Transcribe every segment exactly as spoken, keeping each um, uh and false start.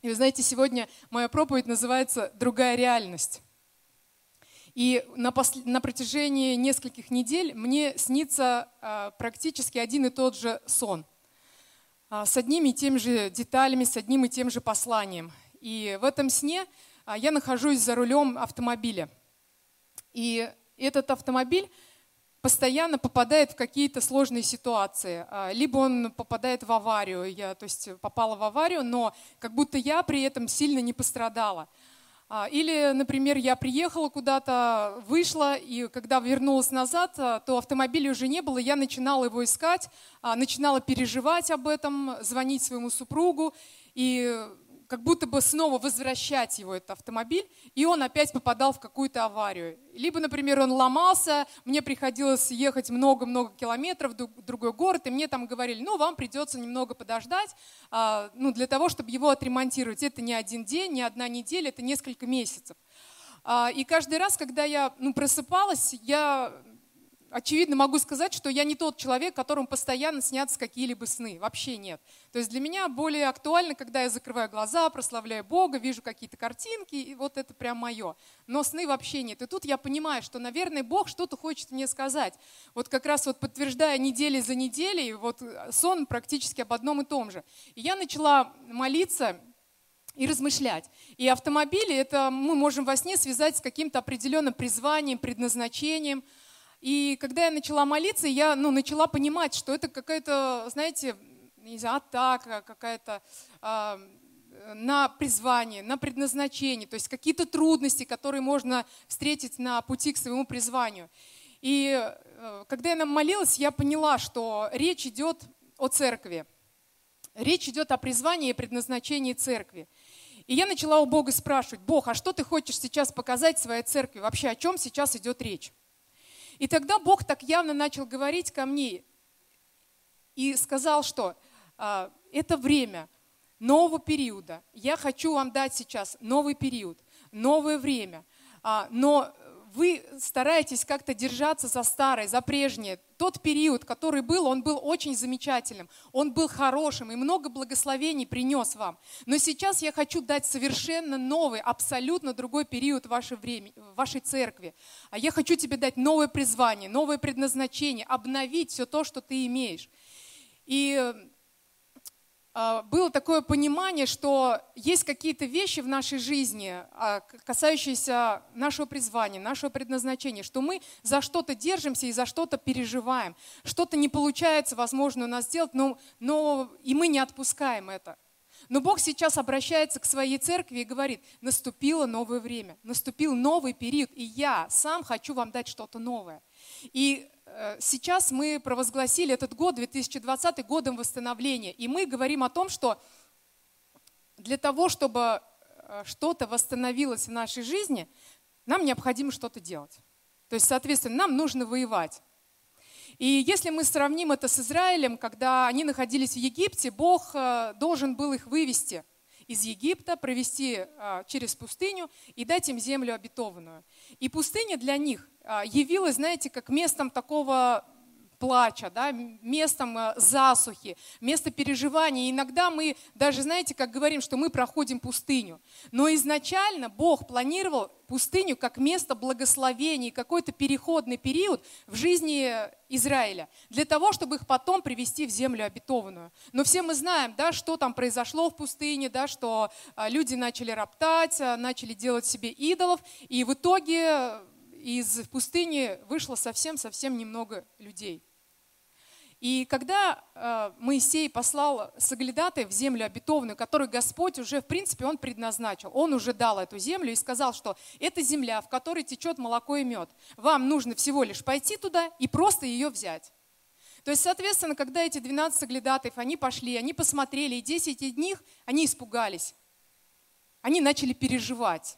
И вы знаете, сегодня моя проповедь называется «Другая реальность». И на, посл... на протяжении нескольких недель мне снится а, практически один и тот же сон. А, с одними и теми же деталями, с одним и тем же посланием. И в этом сне а, я нахожусь за рулем автомобиля. И этот автомобиль постоянно попадает в какие-то сложные ситуации. Либо он попадает в аварию, я, то есть попала в аварию, но как будто я при этом сильно не пострадала. Или, например, я приехала куда-то, вышла, и когда вернулась назад, то автомобиля уже не было, я начинала его искать, начинала переживать об этом, звонить своему супругу, и как будто бы снова возвращать его, этот автомобиль, и он опять попадал в какую-то аварию. Либо, например, он ломался, мне приходилось ехать много-много километров в другой город, и мне там говорили, ну, вам придется немного подождать, а, ну, для того, чтобы его отремонтировать. Это не один день, не одна неделя, это несколько месяцев. А, и каждый раз, когда я ну, просыпалась, я... Очевидно, могу сказать, что я не тот человек, которому постоянно снятся какие-либо сны. Вообще нет. То есть для меня более актуально, когда я закрываю глаза, прославляю Бога, вижу какие-то картинки, и вот это прям мое. Но сны вообще нет. И тут я понимаю, что, наверное, Бог что-то хочет мне сказать. Вот как раз вот подтверждая недели за неделей, вот сон практически об одном и том же. И я начала молиться и размышлять. И автомобили, это мы можем во сне связать с каким-то определенным призванием, предназначением. И когда я начала молиться, я ну, начала понимать, что это какая-то, знаете, не знаю, атака какая-то э, на призвание, на предназначение, то есть какие-то трудности, которые можно встретить на пути к своему призванию. И э, когда я молилась, я поняла, что речь идет о церкви. Речь идет о призвании и предназначении церкви. И я начала у Бога спрашивать: Бог, а что ты хочешь сейчас показать своей церкви? Вообще, о чем сейчас идет речь? И тогда Бог так явно начал говорить ко мне и сказал, что а, это время нового периода. Я хочу вам дать сейчас новый период, новое время. А, но вы стараетесь как-то держаться за старое, за прежнее. Тот период, который был, он был очень замечательным, он был хорошим и много благословений принес вам. Но сейчас я хочу дать совершенно новый, абсолютно другой период в вашей, времени, в вашей церкви. А я хочу тебе дать новое призвание, новое предназначение, обновить все то, что ты имеешь. И было такое понимание, что есть какие-то вещи в нашей жизни, касающиеся нашего призвания, нашего предназначения, что мы за что-то держимся и за что-то переживаем. Что-то не получается, возможно, у нас сделать, но, но и мы не отпускаем это. Но Бог сейчас обращается к своей церкви и говорит: наступило новое время, наступил новый период, и я сам хочу вам дать что-то новое. И сейчас мы провозгласили этот год, две тысячи двадцатый, годом восстановления. И мы говорим о том, что для того, чтобы что-то восстановилось в нашей жизни, нам необходимо что-то делать. То есть, соответственно, нам нужно воевать. И если мы сравним это с Израилем, когда они находились в Египте, Бог должен был их вывести из Египта, провести через пустыню и дать им землю обетованную. И пустыня для них явилась, знаете, как местом такого плача, да, местом засухи, местом переживания. И иногда мы даже, знаете, как говорим, что мы проходим пустыню. Но изначально Бог планировал пустыню как место благословений, какой-то переходный период в жизни Израиля, для того, чтобы их потом привести в землю обетованную. Но все мы знаем, да, что там произошло в пустыне, да, что люди начали роптать, начали делать себе идолов, и в итоге из пустыни вышло совсем-совсем немного людей. И когда э, Моисей послал соглядатаев в землю обетованную, которую Господь уже, в принципе, Он предназначил, Он уже дал эту землю и сказал, что это земля, в которой течет молоко и мед. Вам нужно всего лишь пойти туда и просто ее взять. То есть, соответственно, когда эти двенадцать соглядатаев, они пошли, они посмотрели, и десять из них, они испугались. Они начали переживать.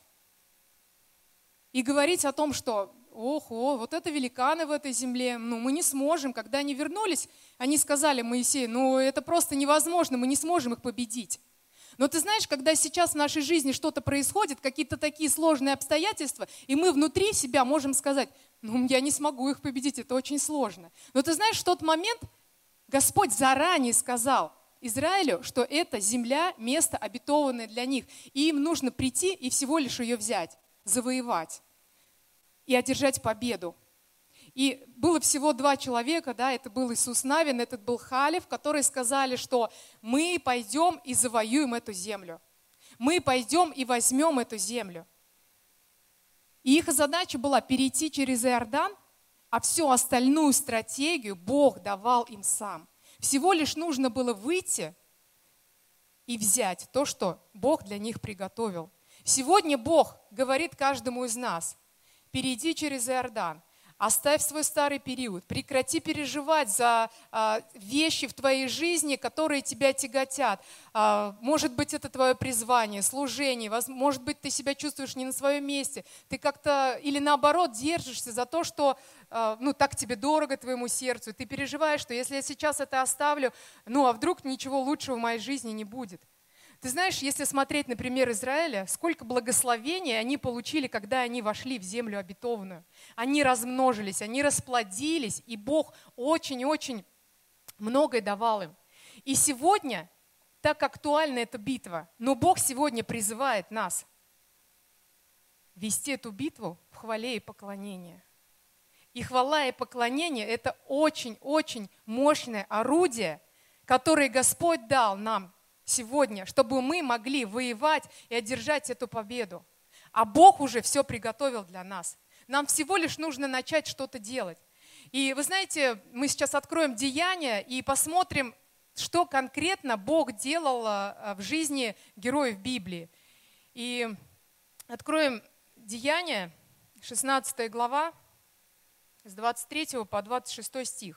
И говорить о том, что ого, вот это великаны в этой земле, ну мы не сможем. Когда они вернулись, они сказали Моисею: ну это просто невозможно, мы не сможем их победить. Но ты знаешь, когда сейчас в нашей жизни что-то происходит, какие-то такие сложные обстоятельства, и мы внутри себя можем сказать: ну я не смогу их победить, это очень сложно. Но ты знаешь, в тот момент Господь заранее сказал: Израилю, что это земля, место обетованное для них. И им нужно прийти и всего лишь ее взять, завоевать и одержать победу. И было всего два человека, да, это был Иисус Навин, этот был Халев, которые сказали, что мы пойдем и завоюем эту землю. Мы пойдем и возьмем эту землю. И их задача была перейти через Иордан, а всю остальную стратегию Бог давал им сам. Всего лишь нужно было выйти и взять то, что Бог для них приготовил. Сегодня Бог говорит каждому из нас: перейди через Иордан. Оставь свой старый период, прекрати переживать за а, вещи в твоей жизни, которые тебя тяготят. А, может быть, это твое призвание, служение, может быть, ты себя чувствуешь не на своем месте. Ты как-то или наоборот держишься за то, что а, ну, так тебе дорого твоему сердцу. Ты переживаешь, что если я сейчас это оставлю, ну а вдруг ничего лучшего в моей жизни не будет. Ты знаешь, если смотреть на пример Израиля, сколько благословений они получили, когда они вошли в землю обетованную. Они размножились, они расплодились, и Бог очень-очень многое давал им. И сегодня так актуальна эта битва, но Бог сегодня призывает нас вести эту битву в хвале и поклонении. И хвала и поклонение – это очень-очень мощное орудие, которое Господь дал нам сегодня, чтобы мы могли воевать и одержать эту победу. А Бог уже все приготовил для нас. Нам всего лишь нужно начать что-то делать. И вы знаете, мы сейчас откроем Деяния и посмотрим, что конкретно Бог делал в жизни героев Библии. И откроем Деяния, шестнадцатая глава, с двадцать третьего по двадцать шестой стих.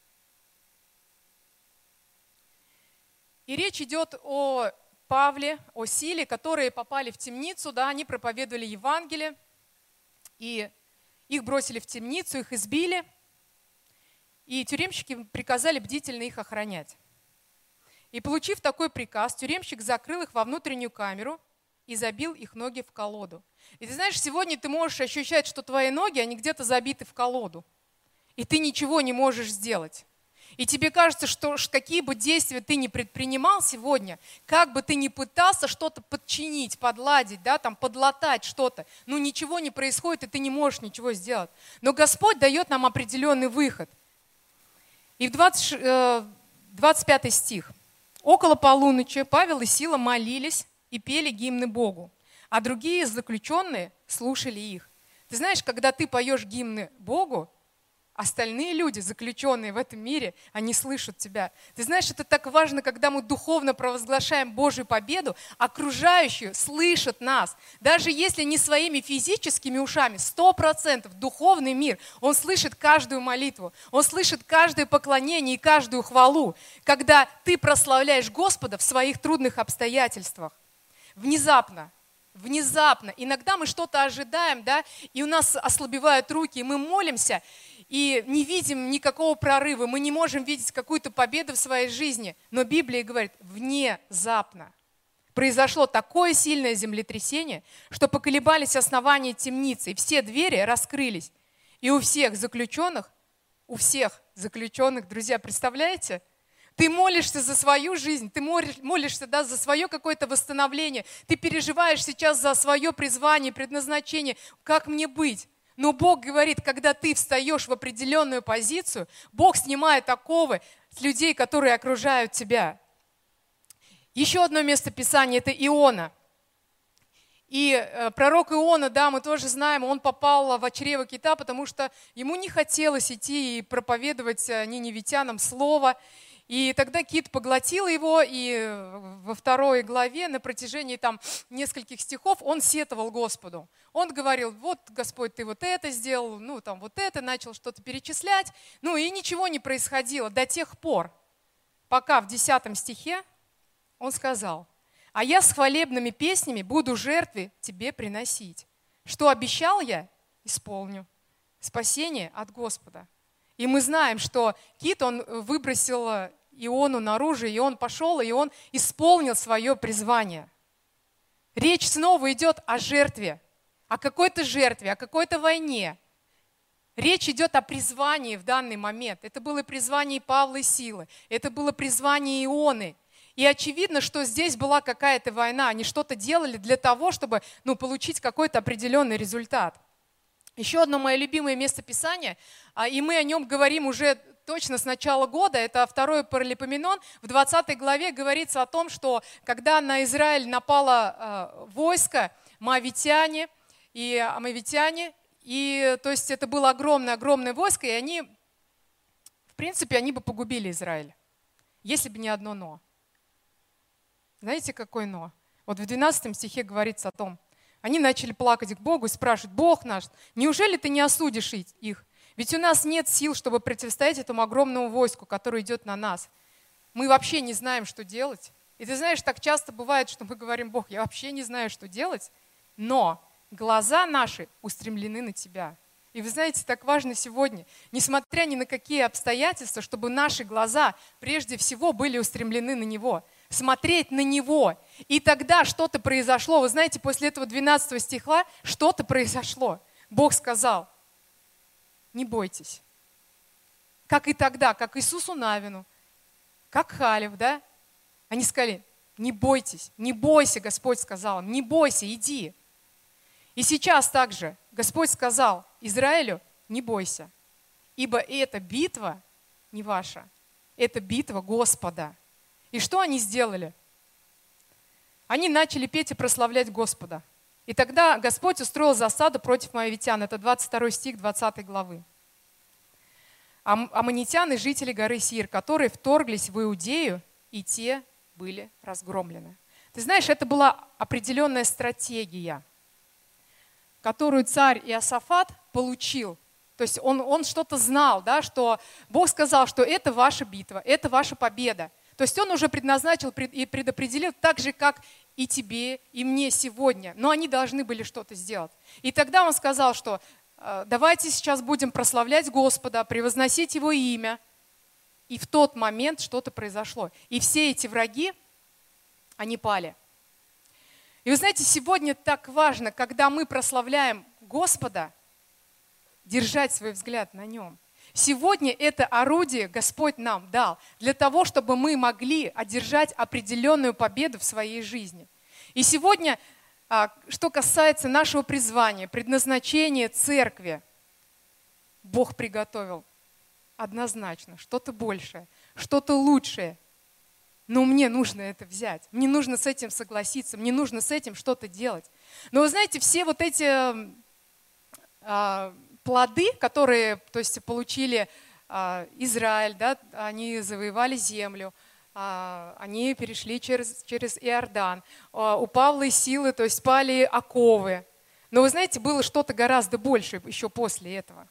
И речь идет о Павле, о Силе, которые попали в темницу, да, они проповедовали Евангелие, и их бросили в темницу, их избили, и тюремщики приказали бдительно их охранять. И получив такой приказ, тюремщик закрыл их во внутреннюю камеру и забил их ноги в колоду. И ты знаешь, сегодня ты можешь ощущать, что твои ноги, они где-то забиты в колоду, и ты ничего не можешь сделать. И тебе кажется, что какие бы действия ты ни предпринимал сегодня, как бы ты ни пытался что-то подчинить, подладить, да, там, подлатать что-то, ну ничего не происходит, и ты не можешь ничего сделать. Но Господь дает нам определенный выход. И в двадцать, двадцать пятый стих. «Около полуночи Павел и Сила молились и пели гимны Богу, а другие заключенные слушали их». Ты знаешь, когда ты поешь гимны Богу, остальные люди, заключенные в этом мире, они слышат тебя. Ты знаешь, это так важно, когда мы духовно провозглашаем Божью победу, окружающие слышат нас. Даже если не своими физическими ушами, сто процентов духовный мир, он слышит каждую молитву, он слышит каждое поклонение и каждую хвалу, когда ты прославляешь Господа в своих трудных обстоятельствах. Внезапно. Внезапно. Иногда мы что-то ожидаем, да, и у нас ослабевают руки, и мы молимся, и не видим никакого прорыва, мы не можем видеть какую-то победу в своей жизни. Но Библия говорит, внезапно произошло такое сильное землетрясение, что поколебались основания темницы, и все двери раскрылись. И у всех заключенных, у всех заключенных, друзья, представляете? Ты молишься за свою жизнь, ты молишься, да, за свое какое-то восстановление, ты переживаешь сейчас за свое призвание, предназначение, как мне быть? Но Бог говорит, когда ты встаешь в определенную позицию, Бог снимает оковы с людей, которые окружают тебя. Еще одно место Писания – это Иона. И пророк Иона, да, мы тоже знаем, он попал в чрево кита, потому что ему не хотелось идти и проповедовать ниневитянам слово. И тогда кит поглотил его, и во второй главе на протяжении там нескольких стихов он сетовал Господу. Он говорил, вот, Господь, ты вот это сделал, ну там вот это, начал что-то перечислять. Ну и ничего не происходило до тех пор, пока в десятом стихе он сказал, а я с хвалебными песнями буду жертвы тебе приносить. Что обещал я, исполню. Спасение от Господа. И мы знаем, что кит, он выбросил Иону наружу, и он пошел, и он исполнил свое призвание. Речь снова идет о жертве, о какой-то жертве, о какой-то войне. Речь идет о призвании в данный момент. Это было призвание Павла и Силы, это было призвание Ионы. И очевидно, что здесь была какая-то война. Они что-то делали для того, чтобы ну, получить какой-то определенный результат. Еще одно мое любимое место Писания, и мы о нем говорим уже точно с начала года, это второй Паралипоменон. В двадцатой главе говорится о том, что когда на Израиль напало войско, моавитяне и амавитяне, и то есть это было огромное-огромное войско, и они, в принципе, они бы погубили Израиль, если бы не одно «но». Знаете, какое «но»? Вот в двенадцатом стихе говорится о том, они начали плакать к Богу и спрашивать: «Бог наш, неужели ты не осудишь их? Ведь у нас нет сил, чтобы противостоять этому огромному войску, которое идет на нас. Мы вообще не знаем, что делать». И ты знаешь, так часто бывает, что мы говорим: «Бог, я вообще не знаю, что делать», но глаза наши устремлены на Тебя. И вы знаете, так важно сегодня, несмотря ни на какие обстоятельства, чтобы наши глаза прежде всего были устремлены на Него, смотреть на Него. И тогда что-то произошло. Вы знаете, после этого двенадцатого стиха что-то произошло. Бог сказал: не бойтесь. Как и тогда, как Иисусу Навину, как Халев, да? Они сказали: не бойтесь, не бойся, Господь сказал им, не бойся, иди. И сейчас также Господь сказал Израилю: не бойся, ибо эта битва не ваша, это битва Господа. И что они сделали? Они начали петь и прославлять Господа. И тогда Господь устроил засаду против моавитян. Это двадцать второй стих двадцатой главы. Ам- Аммонитяне, жители горы Сир, которые вторглись в Иудею, и те были разгромлены. Ты знаешь, это была определенная стратегия, которую царь Иосафат получил. То есть он, он что-то знал, да, что Бог сказал, что это ваша битва, это ваша победа. То есть он уже предназначил и предопределил так же, как и тебе, и мне сегодня. Но они должны были что-то сделать. И тогда он сказал, что давайте сейчас будем прославлять Господа, превозносить Его имя. И в тот момент что-то произошло. И все эти враги, они пали. И вы знаете, сегодня так важно, когда мы прославляем Господа, держать свой взгляд на Нем. Сегодня это орудие Господь нам дал для того, чтобы мы могли одержать определенную победу в своей жизни. И сегодня, что касается нашего призвания, предназначения церкви, Бог приготовил однозначно что-то большее, что-то лучшее. Но мне нужно это взять, мне нужно с этим согласиться, мне нужно с этим что-то делать. Но вы знаете, все вот эти а, плоды, которые, то есть, получили а, Израиль, да, они завоевали землю, а, они перешли через, через Иордан, а, у Павла силы, то есть пали оковы. Но вы знаете, было что-то гораздо больше еще после этого.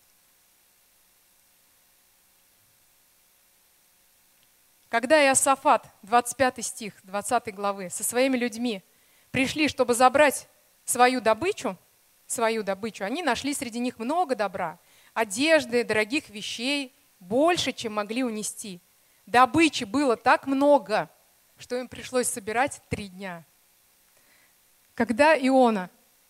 Когда Иосафат, двадцать пятый стих двадцатой главы, со своими людьми пришли, чтобы забрать свою добычу, свою добычу, они нашли среди них много добра, одежды, дорогих вещей, больше, чем могли унести. Добычи было так много, что им пришлось собирать три дня. Когда Иона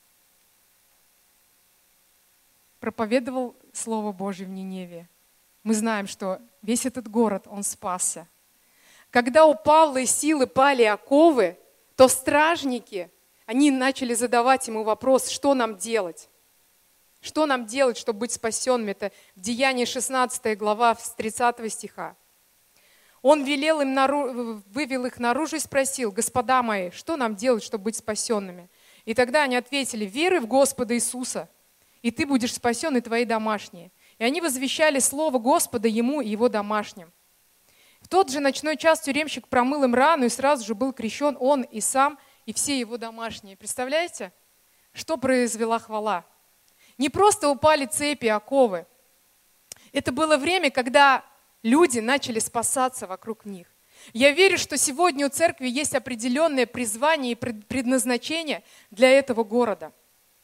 проповедовал Слово Божие в Ниневии, мы знаем, что весь этот город, он спасся. Когда у Павла силы пали оковы, то стражники, они начали задавать ему вопрос: что нам делать? Что нам делать, чтобы быть спасенными? Это в Деянии шестнадцатая глава с тридцатого стиха. Он велел им нару... вывел их наружу и спросил: господа мои, что нам делать, чтобы быть спасенными? И тогда они ответили: веруй в Господа Иисуса, и ты будешь спасен, и твои домашние. И они возвещали слово Господа ему и его домашним. В тот же ночной час тюремщик промыл им рану, и сразу же был крещен он и сам, и все его домашние. Представляете, что произвела хвала? Не просто упали цепи, оковы. Это было время, когда люди начали спасаться вокруг них. Я верю, что сегодня у церкви есть определенное призвание и предназначение для этого города.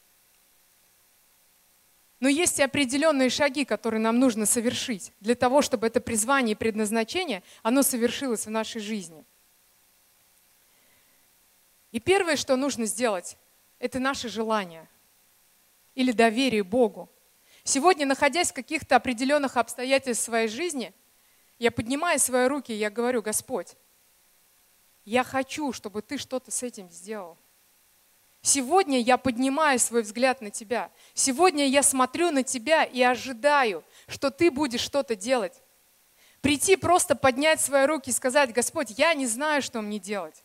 Но есть и определенные шаги, которые нам нужно совершить для того, чтобы это призвание и предназначение, оно совершилось в нашей жизни. И первое, что нужно сделать, это наше желание или доверие Богу. Сегодня, находясь в каких-то определенных обстоятельствах своей жизни, я поднимаю свои руки и я говорю: Господь, я хочу, чтобы ты что-то с этим сделал. Сегодня я поднимаю свой взгляд на тебя. Сегодня я смотрю на тебя и ожидаю, что ты будешь что-то делать. Прийти, просто поднять свои руки и сказать: Господь, я не знаю, что мне делать.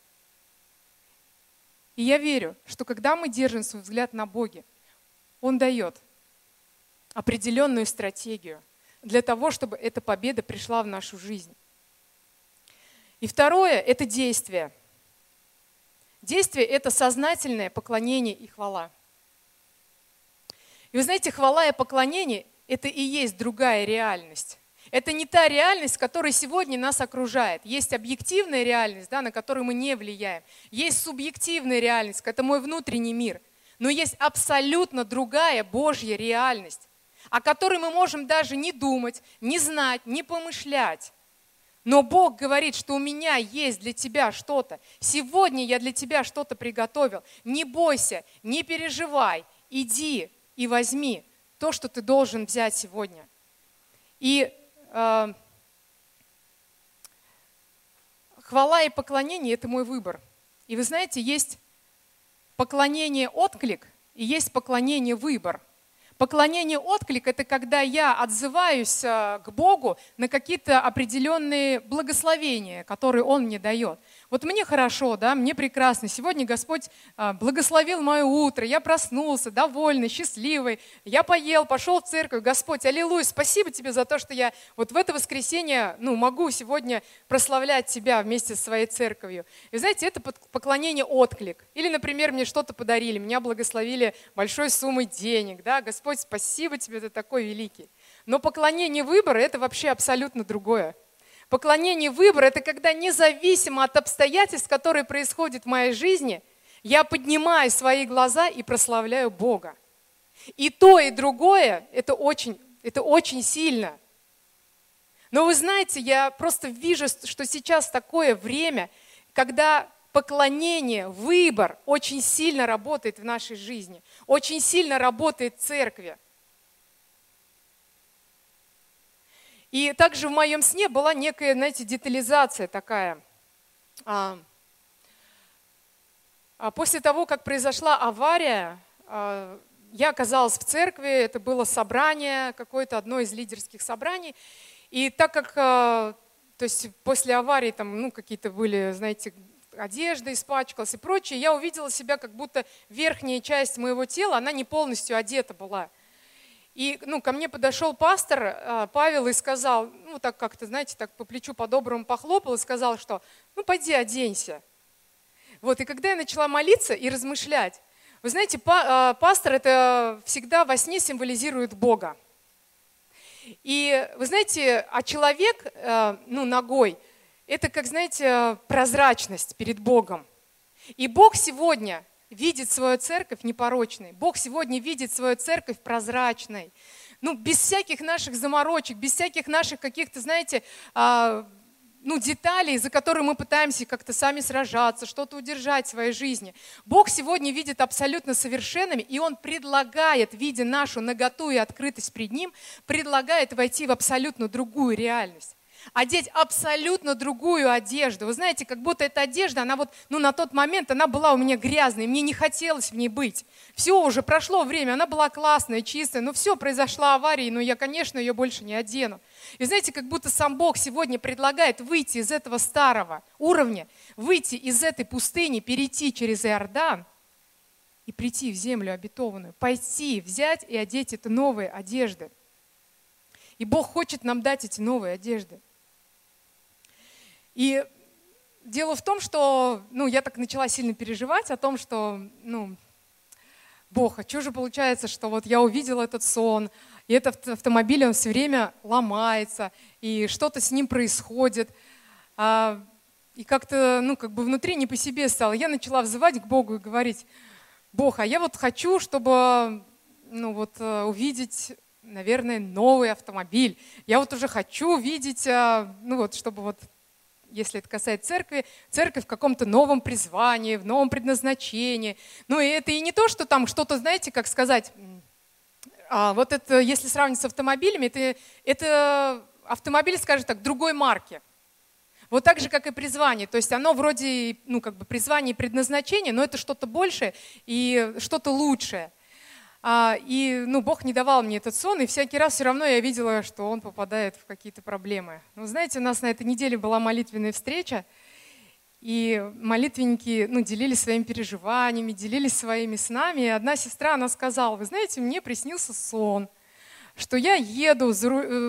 И я верю, что когда мы держим свой взгляд на Боге, Он дает определенную стратегию для того, чтобы эта победа пришла в нашу жизнь. И второе – это действие. Действие – это сознательное поклонение и хвала. И вы знаете, хвала и поклонение – это и есть другая реальность. Это не та реальность, которая сегодня нас окружает. Есть объективная реальность, да, на которую мы не влияем. Есть субъективная реальность, это мой внутренний мир. Но есть абсолютно другая Божья реальность, о которой мы можем даже не думать, не знать, не помышлять. Но Бог говорит, что у меня есть для тебя что-то. Сегодня я для тебя что-то приготовил. Не бойся, не переживай. Иди и возьми то, что ты должен взять сегодня. И э, хвала и поклонение – это мой выбор. И вы знаете, есть поклонение отклик и есть поклонение выбор. Поклонение отклик – это когда я отзываюсь к Богу на какие-то определенные благословения, которые Он мне дает. Вот мне хорошо, да, мне прекрасно. Сегодня Господь благословил мое утро, я проснулся, довольный, счастливый. Я поел, пошел в церковь. Господь, аллилуйя, спасибо Тебе за то, что я вот в это воскресенье ну, могу сегодня прославлять Тебя вместе со своей церковью. И знаете, это поклонение отклик. Или, например, мне что-то подарили, меня благословили большой суммой денег, да, Господь, спасибо Тебе, ты такой великий. Но поклонение выбора – это вообще абсолютно другое. Поклонение выбора – это когда независимо от обстоятельств, которые происходят в моей жизни, я поднимаю свои глаза и прославляю Бога. И то, и другое – это очень, это очень сильно. Но вы знаете, я просто вижу, что сейчас такое время, когда поклонение, выбор очень сильно работает в нашей жизни, очень сильно работает в церкви. И также в моем сне была некая, знаете, детализация такая. А, а после того, как произошла авария, а, я оказалась в церкви, это было собрание, какое-то одно из лидерских собраний. И так как, а, то есть после аварии там, ну, какие-то были, знаете, одежда испачкалась и прочее, я увидела себя, как будто верхняя часть моего тела, она не полностью одета была. И ну, ко мне подошел пастор Павел и сказал, ну так как-то, знаете, так по плечу по-доброму похлопал и сказал, что ну пойди оденься. Вот, и когда я начала молиться и размышлять, вы знаете, пастор это всегда во сне символизирует Бога. И вы знаете, а человек, ну ногой, это как, знаете, прозрачность перед Богом. И Бог сегодня видит свою церковь непорочной. Бог сегодня видит свою церковь прозрачной. Ну, без всяких наших заморочек, без всяких наших каких-то, знаете, а, ну, деталей, за которые мы пытаемся как-то сами сражаться, что-то удержать в своей жизни. Бог сегодня видит абсолютно совершенными, и Он предлагает, видя нашу наготу и открытость пред Ним, предлагает войти в абсолютно другую реальность. Одеть абсолютно другую одежду. Вы знаете, как будто эта одежда, она вот, ну на тот момент она была у меня грязной, мне не хотелось в ней быть. Все, уже прошло время, она была классная, чистая, но все, произошла авария, но я, конечно, ее больше не одену. И знаете, как будто сам Бог сегодня предлагает выйти из этого старого уровня, выйти из этой пустыни, перейти через Иордан и прийти в землю обетованную, пойти, взять и одеть это новые одежды. И Бог хочет нам дать эти новые одежды. И дело в том, что ну, я так начала сильно переживать о том, что, ну, Бог, а что же получается, что вот я увидела этот сон, и этот автомобиль, он все время ломается, и что-то с ним происходит. А, и как-то, ну, как бы внутри не по себе стало. Я начала взывать к Богу и говорить: Бог, а я вот хочу, чтобы, ну, вот, увидеть, наверное, новый автомобиль. Я вот уже хочу видеть, ну, вот, чтобы вот, если это касается церкви, церковь в каком-то новом призвании, в новом предназначении. Ну и это и не то, что там что-то, знаете, как сказать, а вот это, если сравнить с автомобилями, это, это автомобиль, скажем так, другой марки. Вот так же, как и призвание. То есть оно вроде, ну, как бы призвание и предназначение, но это что-то большее и что-то лучшее. А, и, ну, Бог не давал мне этот сон, и всякий раз все равно я видела, что он попадает в какие-то проблемы. Ну, знаете, у нас на этой неделе была молитвенная встреча, и молитвенники, ну, делились своими переживаниями, делились своими снами. И одна сестра, она сказала: вы знаете, мне приснился сон, что я еду в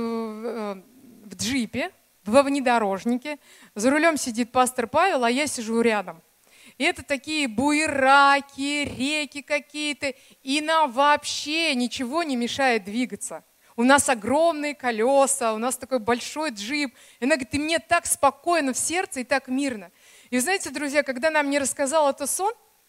джипе, во внедорожнике, за рулем сидит пастор Павел, а я сижу рядом. И это такие буераки, реки какие-то, и нам вообще ничего не мешает двигаться. У нас огромные колеса, у нас такой большой джип. И она говорит: и мне так спокойно в сердце и так мирно. И знаете, друзья, когда она мне рассказала этот сон,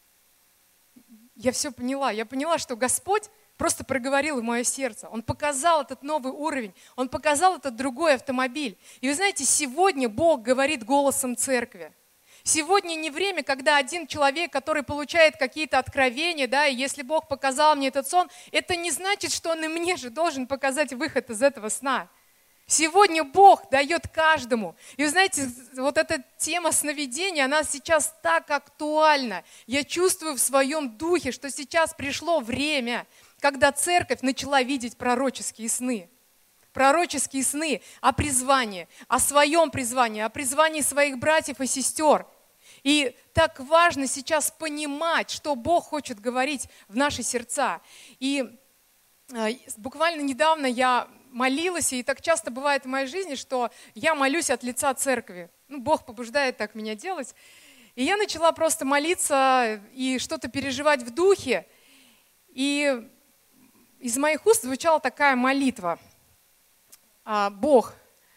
я все поняла. Я поняла, что Господь просто проговорил в мое сердце. Он показал этот новый уровень, Он показал этот другой автомобиль. И вы знаете, сегодня Бог говорит голосом церкви. Сегодня не время, когда один человек, который получает какие-то откровения, да, и если Бог показал мне этот сон, это не значит, что Он и мне же должен показать выход из этого сна. Сегодня Бог дает каждому. И вы знаете, вот эта тема сновидения, она сейчас так актуальна. Я чувствую в своем духе, что сейчас пришло время, когда церковь начала видеть пророческие сны. Пророческие сны о призвании, о своем призвании, о призвании своих братьев и сестер. И так важно сейчас понимать, что Бог хочет говорить в наши сердца. И буквально недавно я молилась, и так часто бывает в моей жизни, что я молюсь от лица церкви. Ну, Бог побуждает так меня делать. И я начала просто молиться и что-то переживать в духе. И из моих уст звучала такая молитва: Бог,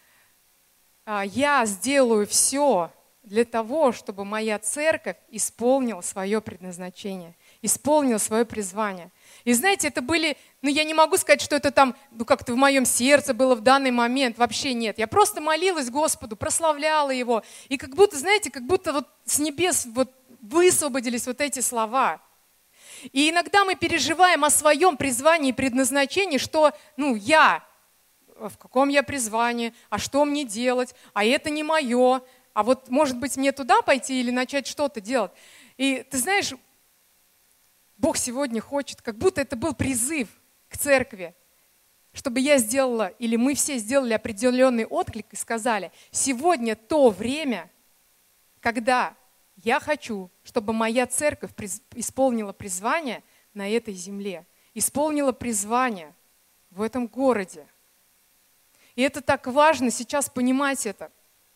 я сделаю все для того, чтобы моя церковь исполнила свое предназначение, исполнила свое призвание. И знаете, это были, ну я не могу сказать, что это там, ну как-то в моем сердце было в данный момент, вообще нет. Я просто молилась Господу, прославляла Его. И как будто, знаете, как будто вот с небес вот высвободились вот эти слова. И иногда мы переживаем о своем призвании и предназначении, что, ну я, в каком я призвании, а что мне делать, а это не мое, а вот может быть мне туда пойти или начать что-то делать. И ты знаешь, Бог сегодня хочет, как будто это был призыв к церкви, чтобы я сделала, или мы все сделали определенный отклик и сказали: сегодня то время, когда я хочу, чтобы моя церковь исполнила призвание на этой земле, исполнила призвание в этом городе. И это так важно сейчас понимать это.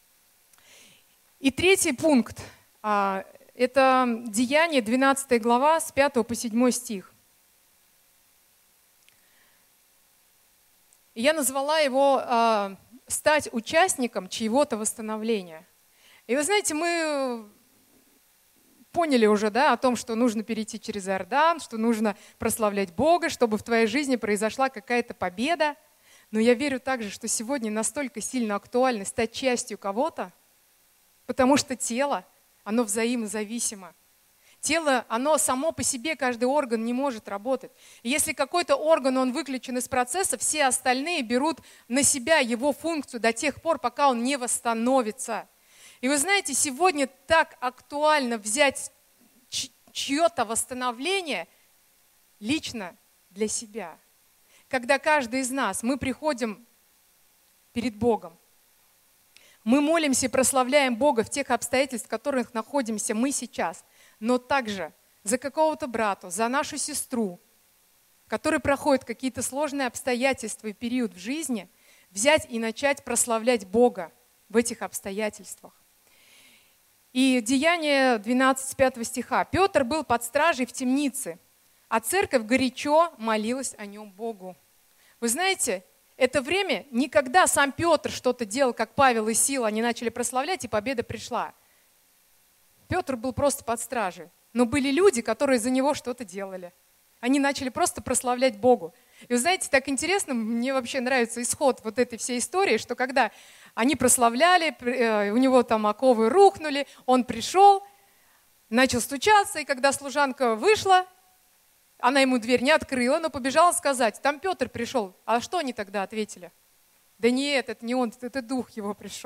И третий пункт – это Деяния, двенадцатая глава, с пятого по седьмой стих. Я назвала его «Стать участником чьего-то восстановления». И вы знаете, мы поняли уже, да, о том, что нужно перейти через Иордан, что нужно прославлять Бога, чтобы в твоей жизни произошла какая-то победа. Но я верю также, что сегодня настолько сильно актуально стать частью кого-то, потому что тело, оно взаимозависимо. Тело, оно само по себе, каждый орган не может работать. И если какой-то орган, он выключен из процесса, все остальные берут на себя его функцию до тех пор, пока он не восстановится. И вы знаете, сегодня так актуально взять чье-то восстановление лично для себя. Когда каждый из нас, мы приходим перед Богом, мы молимся и прославляем Бога в тех обстоятельствах, в которых находимся мы сейчас, но также за какого-то брата, за нашу сестру, который проходит какие-то сложные обстоятельства и период в жизни, взять и начать прославлять Бога в этих обстоятельствах. И Деяние двенадцать, с пятого стиха. Петр был под стражей в темнице, а церковь горячо молилась о нем Богу. Вы знаете, это время никогда сам Петр что-то делал, как Павел и Сила, они начали прославлять, и победа пришла. Петр был просто под стражей, но были люди, которые за него что-то делали. Они начали просто прославлять Богу. И вы знаете, так интересно, мне вообще нравится исход вот этой всей истории, что когда они прославляли, у него там оковы рухнули, он пришел, начал стучаться, и когда служанка вышла, она ему дверь не открыла, но побежала сказать: там Петр пришел. А что они тогда ответили? Да нет, это не он, это дух его пришел.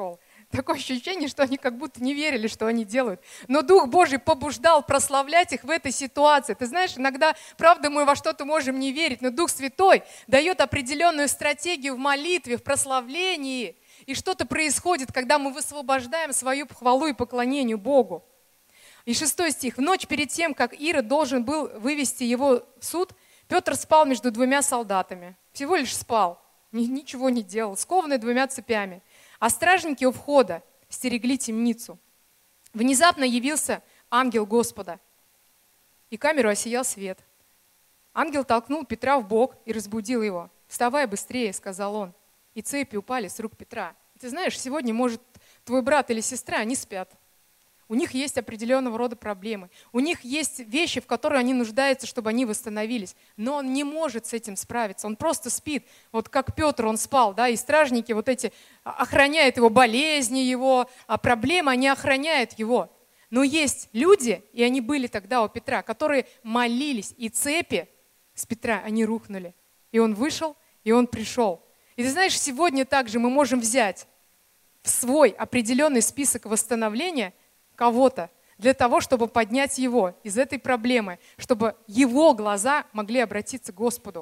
Такое ощущение, что они как будто не верили, что они делают. Но Дух Божий побуждал прославлять их в этой ситуации. Ты знаешь, иногда, правда, мы во что-то можем не верить, но Дух Святой дает определенную стратегию в молитве, в прославлении. И что-то происходит, когда мы высвобождаем свою хвалу и поклонение Богу. И шестой стих. В ночь перед тем, как Ирод должен был вывести его в суд, Петр спал между двумя солдатами. Всего лишь спал, ничего не делал, скованный двумя цепями. А стражники у входа стерегли темницу. Внезапно явился ангел Господа, и камеру осиял свет. Ангел толкнул Петра в бок и разбудил его. «Вставай быстрее», — сказал он. И цепи упали с рук Петра. И ты знаешь, сегодня, может, твой брат или сестра, они спят. У них есть определенного рода проблемы. У них есть вещи, в которые они нуждаются, чтобы они восстановились. Но он не может с этим справиться. Он просто спит. Вот как Петр, он спал, да, и стражники вот эти охраняют его болезни, его проблемы, они охраняют его. Но есть люди, и они были тогда у Петра, которые молились, и цепи с Петра, они рухнули. И он вышел, и он пришел. И ты знаешь, сегодня также мы можем взять в свой определенный список восстановления кого-то для того, чтобы поднять его из этой проблемы, чтобы его глаза могли обратиться к Господу.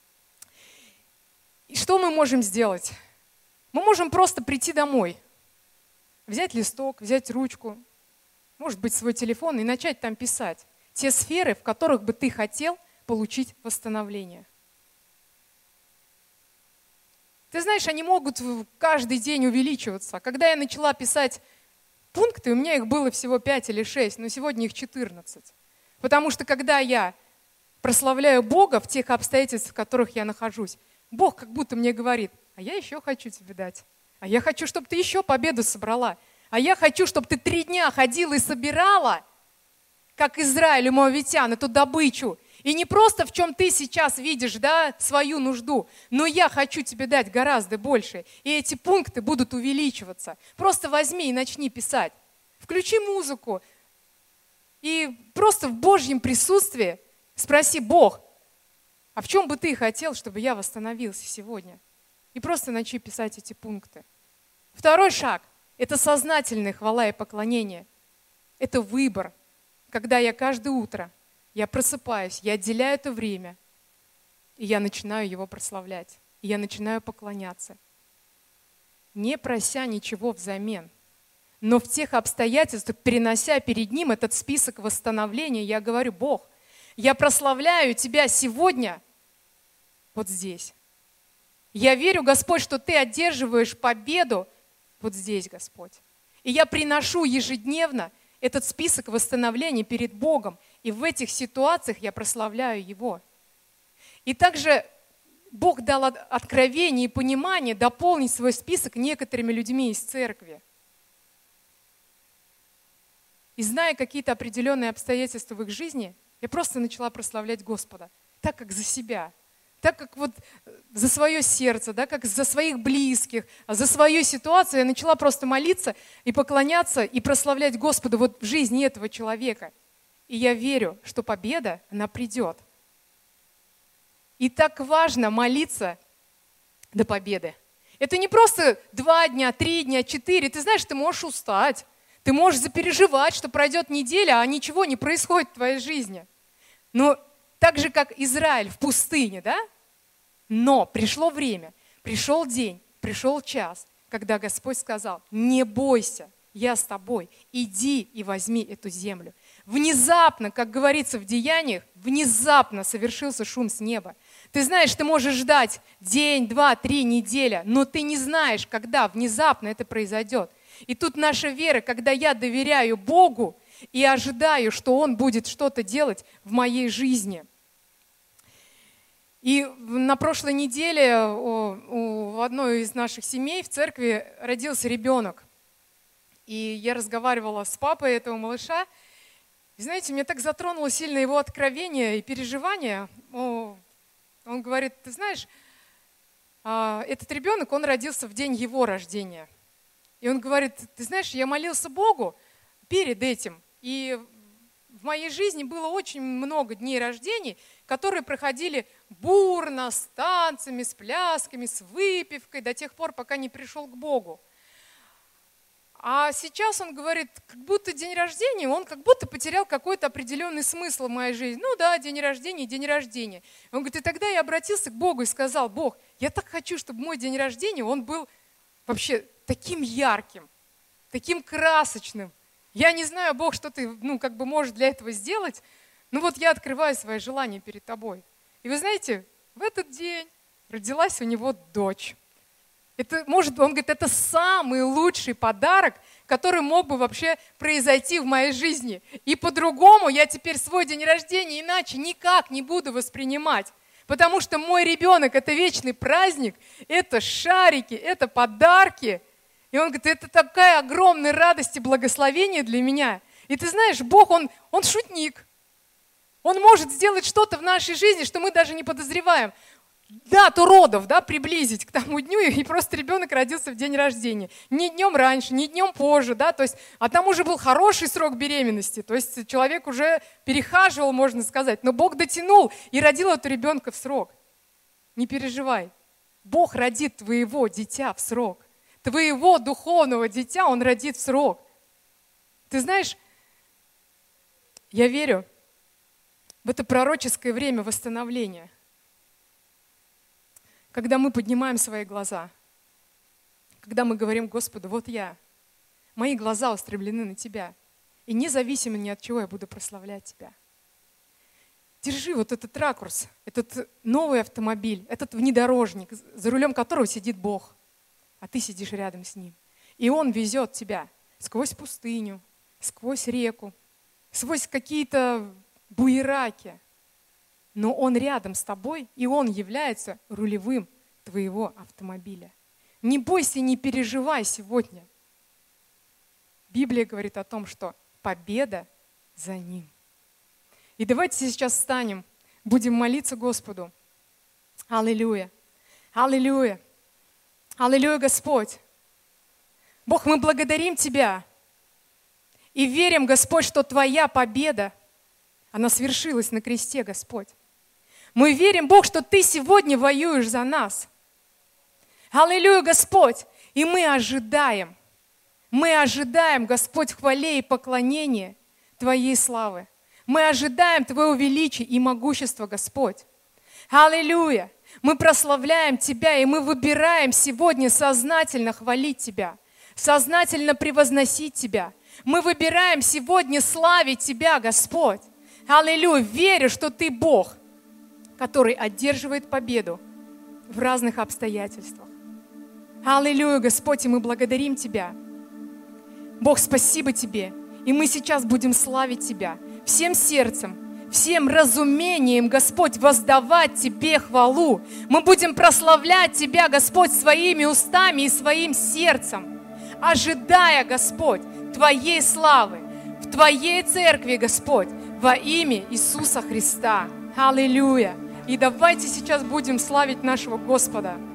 И что мы можем сделать? Мы можем просто прийти домой, взять листок, взять ручку, может быть, свой телефон и начать там писать те сферы, в которых бы ты хотел получить восстановление. Ты знаешь, они могут каждый день увеличиваться. Когда я начала писать пункты, у меня их было всего пять или шесть, но сегодня их четырнадцать. Потому что когда я прославляю Бога в тех обстоятельствах, в которых я нахожусь, Бог как будто мне говорит: а я еще хочу тебе дать. А я хочу, чтобы ты еще победу собрала. А я хочу, чтобы ты три дня ходила и собирала, как Израиль и моавитян, эту добычу. И не просто в чем ты сейчас видишь, да, свою нужду, но я хочу тебе дать гораздо больше. И эти пункты будут увеличиваться. Просто возьми и начни писать. Включи музыку. И просто в Божьем присутствии спроси: Бог, а в чем бы ты хотел, чтобы я восстановился сегодня? И просто начни писать эти пункты. Второй шаг – это сознательная хвала и поклонение. Это выбор, когда я каждое утро я просыпаюсь, я отделяю это время, и я начинаю его прославлять, и я начинаю поклоняться, не прося ничего взамен. Но в тех обстоятельствах, перенося перед Ним этот список восстановления, я говорю: Бог, я прославляю Тебя сегодня вот здесь. Я верю, Господь, что Ты одерживаешь победу вот здесь, Господь. И я приношу ежедневно этот список восстановления перед Богом. И в этих ситуациях я прославляю Его. И также Бог дал откровение и понимание дополнить свой список некоторыми людьми из церкви. И зная какие-то определенные обстоятельства в их жизни, я просто начала прославлять Господа, так как за себя, так как вот за свое сердце, да, как за своих близких, за свою ситуацию я начала просто молиться и поклоняться и прославлять Господа вот в жизни этого человека. И я верю, что победа, она придет. И так важно молиться до победы. Это не просто два дня, три дня, четыре. Ты знаешь, ты можешь устать. Ты можешь запереживать, что пройдет неделя, а ничего не происходит в твоей жизни. Но так же, как Израиль в пустыне, да? Но пришло время, пришел день, пришел час, когда Господь сказал: не бойся, я с тобой, иди и возьми эту землю. Внезапно, как говорится в Деяниях, внезапно совершился шум с неба. Ты знаешь, ты можешь ждать день, два, три, неделя, но ты не знаешь, когда внезапно это произойдет. И тут наша вера, когда я доверяю Богу и ожидаю, что Он будет что-то делать в моей жизни. И на прошлой неделе у одной из наших семей в церкви родился ребенок. И я разговаривала с папой этого малыша. И знаете, меня так затронуло сильно его откровение и переживание. Он говорит: ты знаешь, этот ребенок, он родился в день его рождения. И он говорит: ты знаешь, я молился Богу перед этим. И в моей жизни было очень много дней рождений, которые проходили бурно, с танцами, с плясками, с выпивкой, до тех пор, пока не пришел к Богу. А сейчас он говорит, как будто день рождения, он как будто потерял какой-то определенный смысл в моей жизни. Ну да, день рождения, день рождения. Он говорит, и тогда я обратился к Богу и сказал, Бог, я так хочу, чтобы мой день рождения, он был вообще таким ярким, таким красочным. Я не знаю, Бог, что ты, ну, как бы можешь для этого сделать, но вот я открываю свои желания перед тобой. И вы знаете, в этот день родилась у него дочь. Это, может, он говорит, это самый лучший подарок, который мог бы вообще произойти в моей жизни. И по-другому я теперь свой день рождения иначе никак не буду воспринимать. Потому что мой ребенок – это вечный праздник, это шарики, это подарки. И он говорит, это такая огромная радость и благословение для меня. И ты знаешь, Бог, Он, он шутник. Он может сделать что-то в нашей жизни, что мы даже не подозреваем. Дату родов, да, приблизить к тому дню, и просто ребенок родился в день рождения. Не днем раньше, не днем позже, да, то есть, а там уже был хороший срок беременности, то есть человек уже перехаживал, можно сказать, но Бог дотянул и родил этого ребенка в срок. Не переживай, Бог родит твоего дитя в срок, твоего духовного дитя Он родит в срок. Ты знаешь, я верю в это пророческое время восстановления. Когда мы поднимаем свои глаза, когда мы говорим Господу, вот я, мои глаза устремлены на Тебя, и независимо ни от чего я буду прославлять Тебя. Держи вот этот ракурс, этот новый автомобиль, этот внедорожник, за рулем которого сидит Бог, а ты сидишь рядом с Ним. И Он везет тебя сквозь пустыню, сквозь реку, сквозь какие-то буераки. Но Он рядом с тобой, и Он является рулевым твоего автомобиля. Не бойся, не переживай сегодня. Библия говорит о том, что победа за Ним. И давайте сейчас встанем, будем молиться Господу. Аллилуйя! Аллилуйя! Аллилуйя, Господь! Бог, мы благодарим Тебя и верим, Господь, что Твоя победа, она свершилась на кресте, Господь. Мы верим, Бог, что Ты сегодня воюешь за нас. Аллилуйя, Господь! И мы ожидаем, мы ожидаем, Господь, хвале и поклонения Твоей славы. Мы ожидаем Твоего величия и могущества, Господь. Аллилуйя! Мы прославляем Тебя, и мы выбираем сегодня сознательно хвалить Тебя, сознательно превозносить Тебя. Мы выбираем сегодня славить Тебя, Господь. Аллилуйя! Верю, что Ты Бог, который одерживает победу в разных обстоятельствах. Аллилуйя, Господь, и мы благодарим Тебя. Бог, спасибо Тебе, и мы сейчас будем славить Тебя всем сердцем, всем разумением, Господь, воздавать Тебе хвалу. Мы будем прославлять Тебя, Господь, своими устами и своим сердцем, ожидая, Господь, Твоей славы в Твоей церкви, Господь, во имя Иисуса Христа. Аллилуйя! И давайте сейчас будем славить нашего Господа.